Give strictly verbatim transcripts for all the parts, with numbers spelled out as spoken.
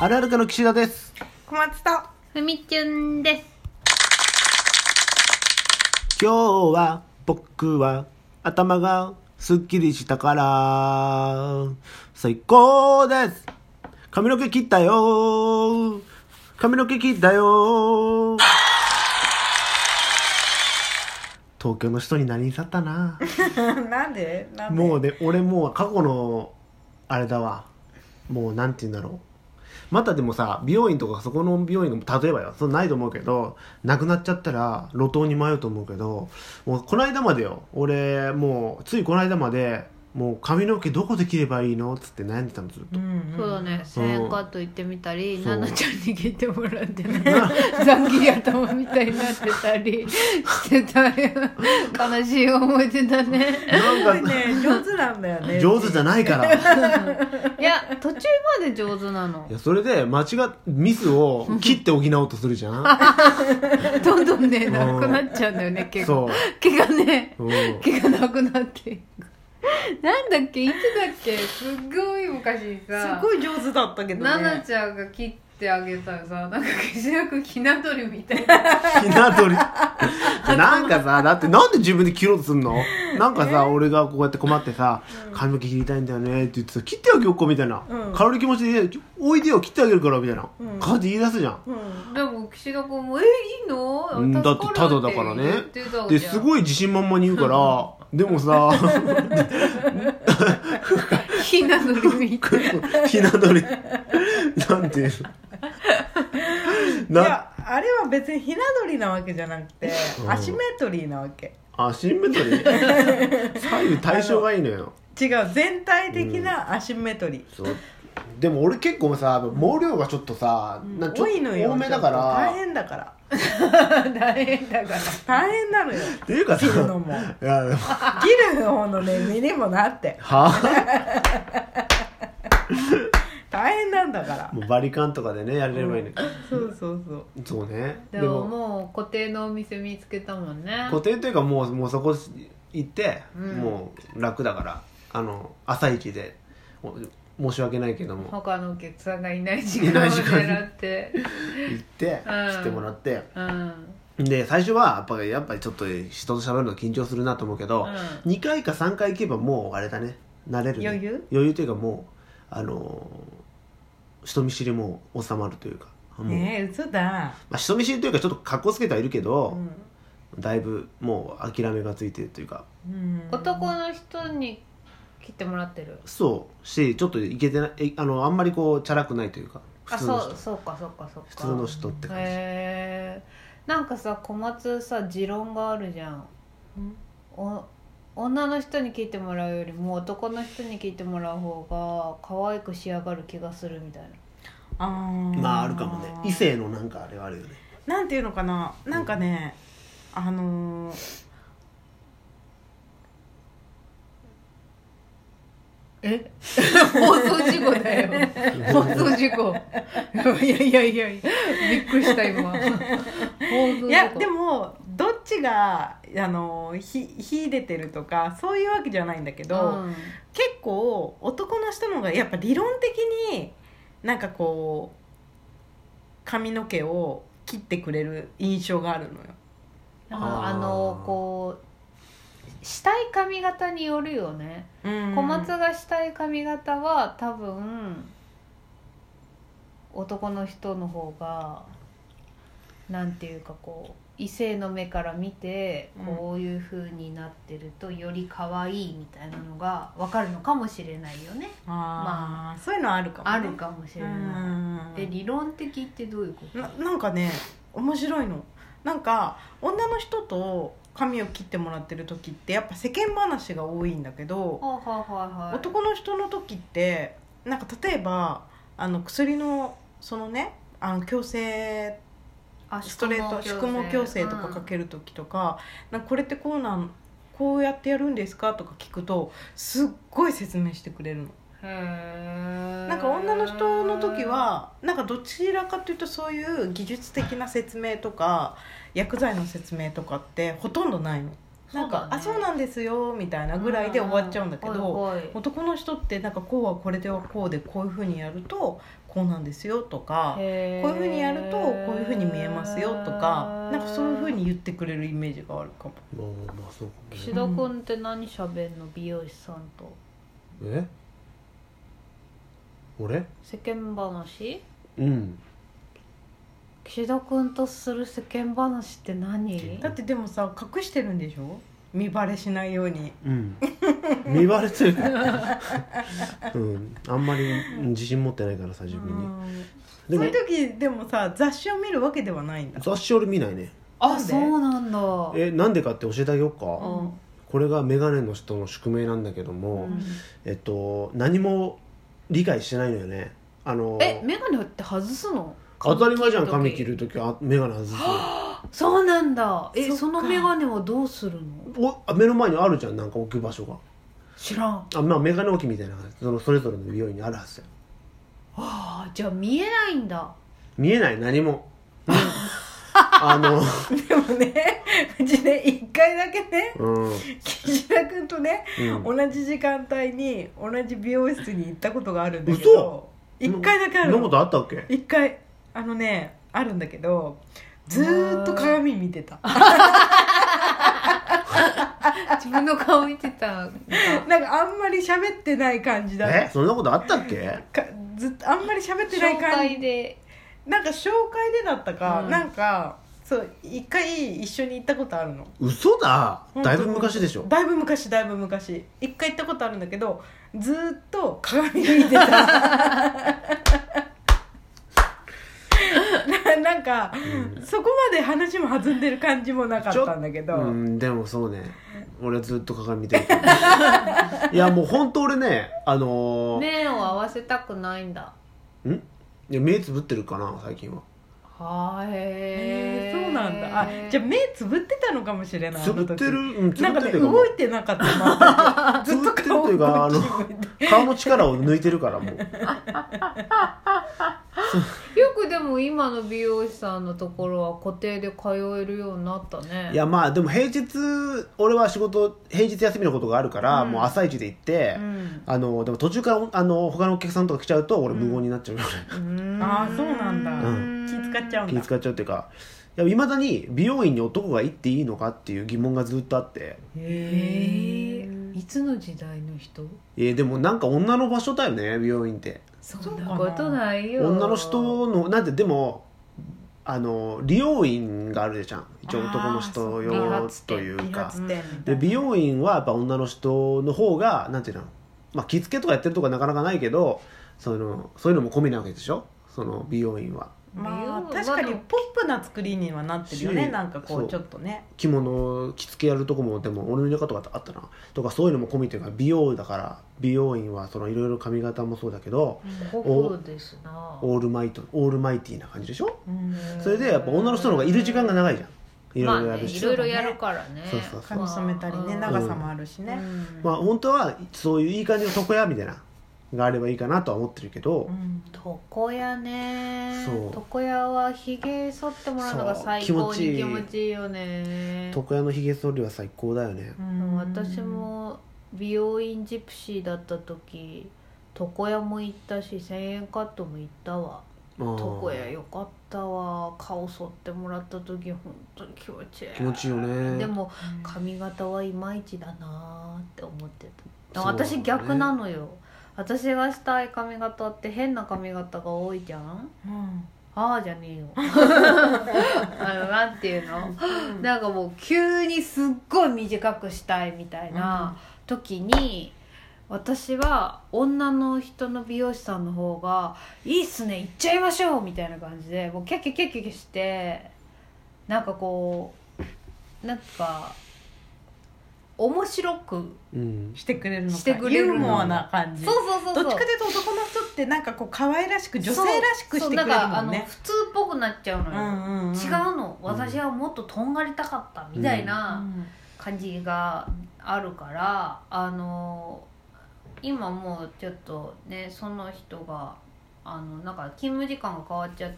あるあるかの岸田です。 小松とふみちゅんです。 今日は僕は頭がすっきりしたから最高です。髪の毛切ったよ髪の毛切ったよ東京の人に何去ったななんでなんでもうね、俺もう過去のあれだわ。もうなんて言うんだろう。またでもさ、美容院とかそこの美容院が例えばよ、そんなないと思うけど、なくなっちゃったら路頭に迷うと思うけど、もうこの間までよ、俺もうついこの間までもう髪の毛どこで切ればいいのっつって悩んでたのずっと。 うんうん、 そうだね、せんえんカット行ってみたり、 そうナナちゃんに切ってもらってなざん切り頭みたいになってたりしてたよ。悲しい思い出だね。 なんかね上手なんだよね。 上手じゃないから。 いや途中まで上手なの。 いやそれで間違っミスを切って補おうとするじゃん。 どんどんねなくなっちゃうんだよね。毛が毛がね毛がなくなっていく。なんだっけいつだっけ、すっごい昔さ、 すごい上手だったけどね。 ナナちゃんが切ってあげたらさ、なんか岸田君ひな鳥みたいな。 ひな鳥なんかさ、だってなんで自分で切ろうとすんの。なんかさ、俺がこうやって困ってさ、髪の毛切りたいんだよねって言ってさ、切ってあげようかみたいな、うん、軽い気持ちでおいでよ切ってあげるからみたいな、うん、感じで言い出すじゃん、うん、 でも岸田君もえいいのだってただだからね。ですごい自信満々に言うからでもさひな鳥みたいなひな鳥なんていうのいやあれは別にひな鳥なわけじゃなくて、うん、アシメトリーなわけ。 アシメトリー左右対称がいいのよ。 違う、全体的なアシメトリー、 うん、そうでも俺結構さ毛量がちょっとさ、うん、なんちょっと多いのよ。 多めだから大変だから大変だから大変なのよっていうかさ、 切るのもいやでも切る方のね身にもなっては大変なんだから。 もうバリカンとかでねやれればいいね、 うん、そうそうそうそうね。 でももう固定のお店見つけたもんね。 固定というかもう、もうそこ行って、うん、もう楽だからあの朝一で申し訳ないけども他のお客さんがいない時間を狙って行って切ってもらって、 うん、 で最初はやっぱりやっぱりちょっと人と喋るの緊張するなと思うけど、うん、にかいかさんかい行けばもうあれだね、慣れるね。 余裕余裕というかもうあの人見知りも収まるというか。 えー、嘘だ、 まあ、人見知りというかちょっと格好つけてはいるけど、うん、だいぶもう諦めがついてるというか、 うん、男の人に切ってもらってる。 そうしちょっといけてない、あのあんまりこうチャラくないというか普通の人。あ、そう、そうかそうかそうか、 普通の人って感じ。 へー、なんかさ小松さ持論があるじゃん、うん、お女の人に切ってもらうよりも男の人に切ってもらう方が可愛く仕上がる気がするみたいな。 あまああるかもね。異性のなんかあれはあるよね。 なんていうのかな、なんかね、うん、あのーえ放送事故だよ放送事故いやいやいやいやびっくりした今放送事故。 いやでもどっちがあのひ秀でてるとかそういうわけじゃないんだけど、うん、結構男の人の方がやっぱ理論的になんかこう髪の毛を切ってくれる印象があるのよ。 あ, あのこうしたい髪型によるよね、うん、小松がしたい髪型は多分男の人の方がなんていうかこう異性の目から見てこういう風になってるとより可愛いみたいなのが分かるのかもしれないよね。 あ、まあそういうのあるかもね。 あるかもしれない。で理論的ってどういうこと？ な, なんかね面白いの。なんか女の人と髪を切ってもらってる時ってやっぱ世間話が多いんだけど、 はいはいはい、 男の人の時ってなんか例えばあの薬のそのねあの矯正ストレート宿毛矯正とかかける時とか、うん、なんかこれってこうなんこうやってやるんですかとか聞くとすっごい説明してくれるの。 へー、 なんか女の人の時はなんかどちらかというとそういう技術的な説明とか薬剤の説明とかってほとんどないの。 なんか、 ね、 あそうなんですよみたいなぐらいで終わっちゃうんだけど、 はいはい、 男の人ってなんかこうはこれではこうでこういうふうにやるとこうなんですよとか、こういうふうにやるとこういうふうに見えますよとか、なんかそういうふうに言ってくれるイメージがあるかも。 まあまあそうかもね。 岸田君って何しゃべんの、美容師さんと。 え俺世間話。 うん。 岸田君とする世間話って何？ だってでもさ隠してるんでしょ、見バレしないように。 うん見バレというかうんあんまり自信持ってないからさ自分に。 でもそういう時でもさ雑誌を見るわけではないんだ。 雑誌俺見ないね。 あ、そうなんだ。 えなんでかって教えてあげようか、 うん、 これがメガネの人の宿命なんだけども、うん、えっと何も理解してないのよね。あのえメガネって外すの？ 当たり前じゃん、髪切るときはメガネ外すの。 そうなんだ。え そ, そのメガネはどうするの？ お目の前にあるじゃん、なんか置く場所が。 知らん。 あ、まあ、メガネ置きみたいな感じ、そのそれぞれの美容院にあるはずだよ。 ああ、じゃあ見えないんだ。 見えない、何もあのでもね、うちね一回だけね、 うん、 岸田君とね、うん、同じ時間帯に同じ美容室に行ったことがあるんだけど、一回だけあるの。 そんなことあったっけ？ 一回あのねあるんだけど、ずーっと鏡見てた自分の顔見てた。 なんかあんまり喋ってない感じだった。 えそんなことあったっけ？ かずっとあんまり喋ってない感じ紹介で、 なんか紹介でだったか、うん、なんかそう一回一緒に行ったことあるの。 嘘だ、だいぶ昔でしょ。 だいぶ昔だいぶ昔一回行ったことあるんだけど、ずっと鏡見てたな, なんか、うん、そこまで話も弾んでる感じもなかったんだけど、 うん、でもそうね、俺ずっと鏡見てるからいやもう本当俺ね、あのー、 目を合わせたくないんだ。 ん？いや目つぶってるかな最近は。 はへー、そうなんだ。あ、じゃあ目つぶってたのかもしれない。 つぶってる、うん、つぶってる。 なんかね動いてなかったずっと顔をいうか、あの顔の力を抜いてるからもうよくでも今の美容師さんのところは固定で通えるようになったね。 いやまあでも平日俺は仕事平日休みのことがあるから、うん、もう朝一で行って、うん、あのでも途中からあの他のお客さんとか来ちゃうと俺無言になっちゃうよね、うん、 ああそうなんだ、うん、気使っちゃうんだ。 気使っちゃうっていうか、いまだに美容院に男が行っていいのかっていう疑問がずっとあって。へえ。いつの時代の人？ えー、でもなんか女の場所だよね美容院って。 そんなことないよ。 女の人のなんて、でもあの理容院があるじゃん一応男の人用というか。で美容院はやっぱ女の人の方がなんていうの、まあ着付けとかやってるとこはなかなかないけど、そのそういうのも込みなわけでしょ、その美容院は。 まあ、確かにポップな作りにはなってるよね。なんかこうちょっとね着物着付けやるとこもでも俺の田舎とかあったなとか、そういうのも込みというか美容だから美容院はそのいろいろ髪型もそうだけど、 うん、そうですな、 オールマイトオールマイティーな感じでしょ。それでやっぱ女の人の方がいる時間が長いじゃん。いろいろやるし、 まあね、いろいろやるからね。 そうそうそう、 髪染めたりね、長さもあるしね、うん、 まあ本当はそういういい感じの床屋みたいながあればいいかなとは思ってるけど、うん、 床屋ね。床屋はひげ剃ってもらうのが最高に気持ちいいよね。 床屋のひげ剃りは最高だよね。 うん、私も美容院ジプシーだった時床屋も行ったしせんえんカットも行ったわ。床屋よかったわ。顔剃ってもらった時本当に気持ちいい。 気持ちいいよね。 でも髪型はいまいちだなって思ってた。私逆なのよ。私がしたい髪型って変な髪型が多いじゃん、うん、ああじゃねえよあのなんていうの、うん、なんかもう急にすっごい短くしたいみたいな時に、うん、私は女の人の美容師さんの方がいいっすね行っちゃいましょうみたいな感じでもうキャッキャキャッキャしてなんかこうなんか面白くしてくれるのか、 してくれるユーモアな感じ。 そうそうそうそう。 どっちかというと男の人ってなんかこう可愛らしく女性らしくしてくれるもんね。そうそう、なんかあの普通っぽくなっちゃうのよ、うんうんうん、違うの、私はもっととんがりたかったみたいな感じがあるから、あの今もうちょっとねその人があのなんか勤務時間が変わっちゃって、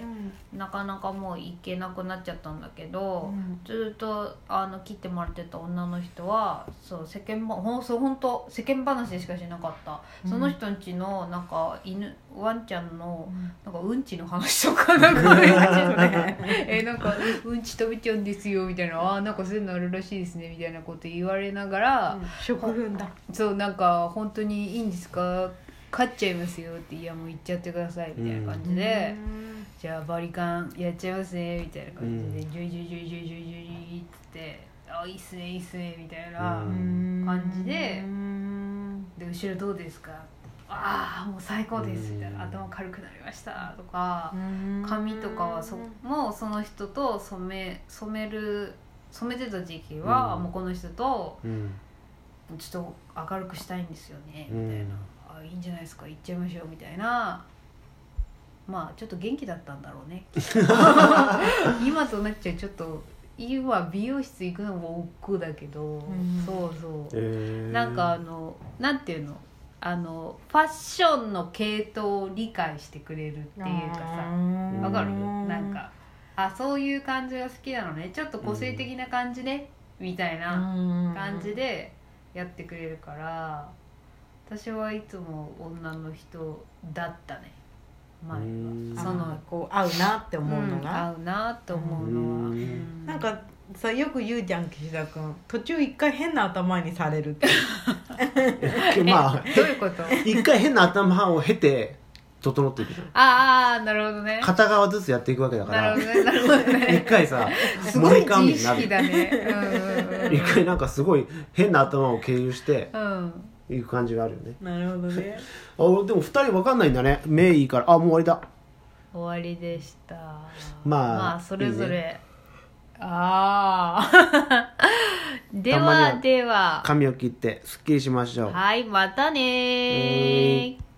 うん、なかなかもう行けなくなっちゃったんだけど、うん、ずっとあの切ってもらってた女の人はそう世間ばほんそう本当世間話でしかしなかった、うん、その人んちのなんか犬ワンちゃんのなんかうんちの話とかなんかえなんかうんち食べちゃうんですよみたいなあなんかそういうのあるらしいですねみたいなこと言われながら、うん、 食粉だそうなんか本当にいいんですか勝っちゃいますよっていやもう言っちゃってくださいみたいな感じで、うん、じゃあバリカンやっちゃいますねみたいな感じで、うん、ジュイジュイジュイジュイジュイジュイってあいいっすねいいっすねみたいな感じで、うん、で後ろどうですかああもう最高ですみたいな頭軽くなりましたとか髪とかはそもうその人と染め染める染めてた時期はもうこの人とちょっと明るくしたいんですよねみたいな。いいんじゃないですか行っちゃいましょうみたいなまあちょっと元気だったんだろうね今となっちゃうちょっと今美容室行くのも億劫だけど、うん、そうそう、えー、なんかあのなんていうのあのファッションの系統を理解してくれるっていうかさわかるなんかあそういう感じが好きなのねちょっと個性的な感じね、うん、みたいな感じでやってくれるから私はいつも女の人だったね前はそのこう合うなって思うのが、うん、 合うなって思うのは、うん、 なんかさよく言うじゃん岸田君途中一回変な頭にされるってまあどういうこと一回変な頭を経て整っていくああなるほどね片側ずつやっていくわけだからなるほどねなるほどね一回さすごい自意識だね一回なんかすごい変な頭を経由して、 うんいう感じがあるよね。 なるほどね。 あ、でもふたり分かんないんだね。目いいから。あ、もう終わりだ。 終わりでした。 まあ、 まあそれぞれ。いいね、ああ。ではでは。 髪を切ってすっきりしましょう。 はい、またねー。